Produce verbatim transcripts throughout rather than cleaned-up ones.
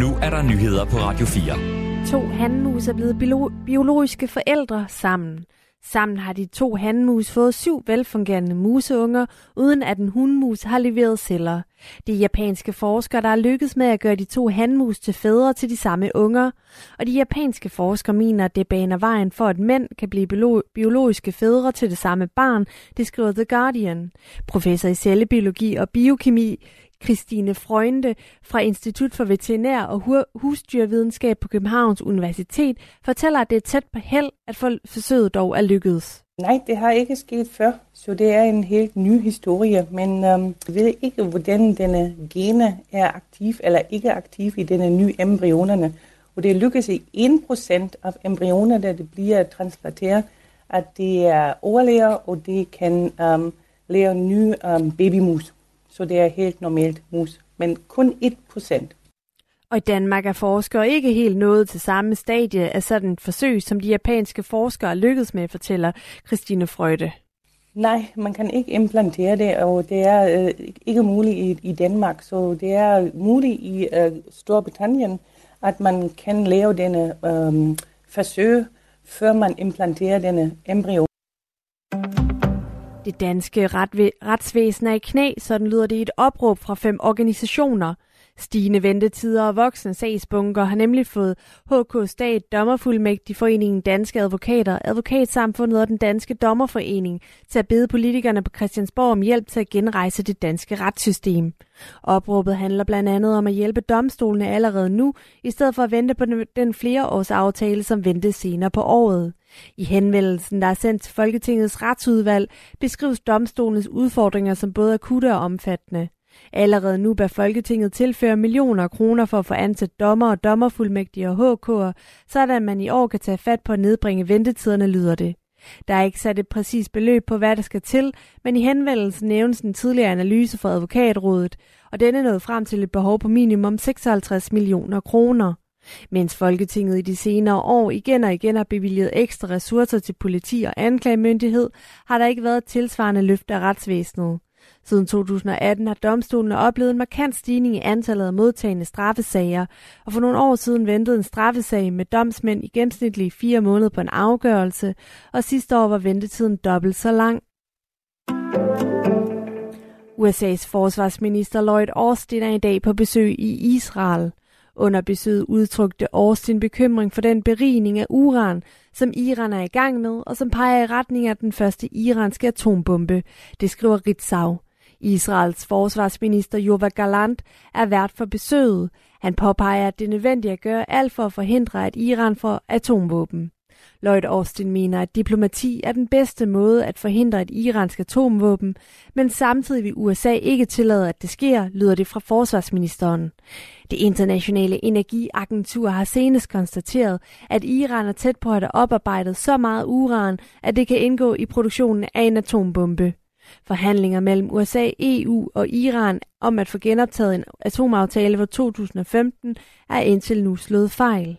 Nu er der nyheder på Radio fire. To hanmus er blevet bio- biologiske forældre sammen. Sammen har de to hanmus fået syv velfungerende museunger, uden at en hundmus har leveret celler. Det er japanske forskere, der har lykkedes med at gøre de to hanmus til fædre til de samme unger. Og de japanske forskere mener, at det baner vejen for, at mænd kan blive biologiske fædre til det samme barn, det skriver The Guardian. Professor i cellebiologi og biokemi Christine Freunde fra Institut for Veterinær og Husdyrvidenskab på Københavns Universitet fortæller, at det er tæt på held, at forsøget dog er lykkedes. Nej, det har ikke sket før, så det er en helt ny historie, men øhm, jeg ved ikke, hvordan denne gene er aktiv eller ikke aktiv i denne nye embryonerne. Og det lykkes i en procent af embryoner, der det bliver transplanteret, at det er overlever, og det kan øhm, lave nye øhm, babymus. Så det er helt normalt mus, men kun et procent. Og i Danmark er forskere ikke helt nået til samme stadie af sådan et forsøg, som de japanske forskere lykkedes med, fortæller Christine Freude. Nej, man kan ikke implantere det, og det er øh, ikke muligt i, i Danmark. Så det er muligt i øh, Storbritannien, at man kan lave denne øh, forsøg, før man implanterer denne embryo. Det danske retsvæsen er i knæ, sådan lyder det i et opråb fra fem organisationer. Stigende ventetider og voksne sagsbunker har nemlig fået H K Stat, Dommerfuldmægtig Foreningen Danske Advokater, Advokatsamfundet og den Danske Dommerforening til at bede politikerne på Christiansborg om hjælp til at genrejse det danske retssystem. Opråbet handler blandt andet om at hjælpe domstolene allerede nu, i stedet for at vente på den flereårsaftale, som ventes senere på året. I henvendelsen, der er sendt til Folketingets retsudvalg, beskrives domstolenes udfordringer som både akutte og omfattende. Allerede nu bør Folketinget tilføre millioner af kroner for at få ansat dommer og dommerfuldmægtige og H K'er, så at man i år kan tage fat på at nedbringe ventetiderne, lyder det. Der er ikke sat et præcist beløb på, hvad der skal til, men i henvendelsen nævnes en tidligere analyse fra Advokatrådet, og denne nåede frem til et behov på minimum seksoghalvtreds millioner kroner. Mens Folketinget i de senere år igen og igen har bevilget ekstra ressourcer til politi og anklagemyndighed, har der ikke været et tilsvarende løft af retsvæsenet. Siden to tusind og atten har domstolene oplevet en markant stigning i antallet af modtagende straffesager, og for nogle år siden ventede en straffesag med domsmænd i gennemsnitlig fire måneder på en afgørelse, og sidste år var ventetiden dobbelt så lang. U S A's forsvarsminister Lloyd Austin er i dag på besøg i Israel. Under besøget udtrykte Austin bekymring for den berigning af uran, som Iran er i gang med, og som peger i retning af den første iranske atombombe. Det skriver Ritzau. Israels forsvarsminister Yoav Gallant er vært for besøget. Han påpeger, at det er nødvendigt at gøre alt for at forhindre, at Iran får atomvåben. Lloyd Austin mener, at diplomati er den bedste måde at forhindre et iransk atomvåben, men samtidig vil U S A ikke tillade, at det sker, lyder det fra forsvarsministeren. Det internationale energiagentur har senest konstateret, at Iran er tæt på at have oparbejdet så meget uran, at det kan indgå i produktionen af en atombombe. Forhandlinger mellem U S A, E U og Iran om at få genoptaget en atomaftale for to tusind og femten er indtil nu slået fejl.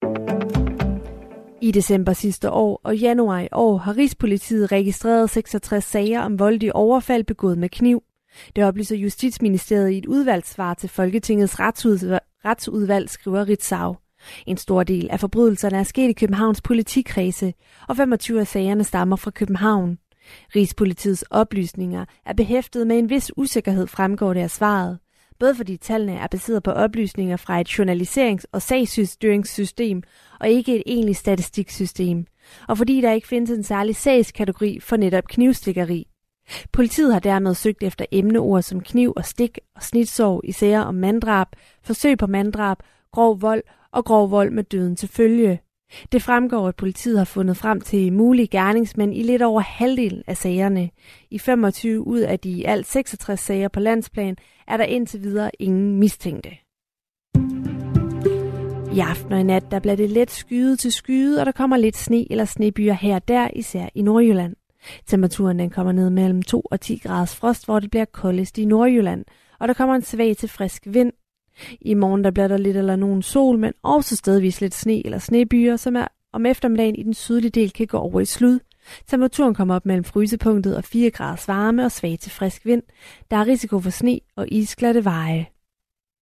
I december sidste år og januar i år har Rigspolitiet registreret seksogtres sager om voldelige overfald begået med kniv. Det oplyser Justitsministeriet i et udvalgssvar til Folketingets retsudvalg, retsudvalg skriver Ritzau. En stor del af forbrydelserne er sket i Københavns politikredse, og femogtyve af sagerne stammer fra København. Rigspolitiets oplysninger er behæftet med en vis usikkerhed, fremgår det af svaret. Både fordi tallene er baseret på oplysninger fra et journaliserings- og sagsstyringssystem, og ikke et egentligt statistiksystem, og fordi der ikke findes en særlig sagskategori for netop knivstikkeri. Politiet har dermed søgt efter emneord som kniv og stik og snitsår i sager om manddrab, forsøg på manddrab, grov vold og grov vold med døden til følge. Det fremgår, at politiet har fundet frem til mulige gerningsmænd i lidt over halvdelen af sagerne. I femogtyve ud af de i alt seksogtres sager på landsplan er der indtil videre ingen mistænkte. I aften og i nat der bliver det let skyet til skyet, og der kommer lidt sne eller snebyer her og der, især i Nordjylland. Temperaturen den kommer ned mellem to og ti graders frost, hvor det bliver koldest i Nordjylland, og der kommer en svag til frisk vind. I morgen der bliver der lidt eller nogen sol, men også stedvis lidt sne eller snebyer, som er om eftermiddagen i den sydlige del kan gå over i slud. Temperaturen kommer op mellem frysepunktet og fire graders varme og svag til frisk vind. Der er risiko for sne og isglatte veje.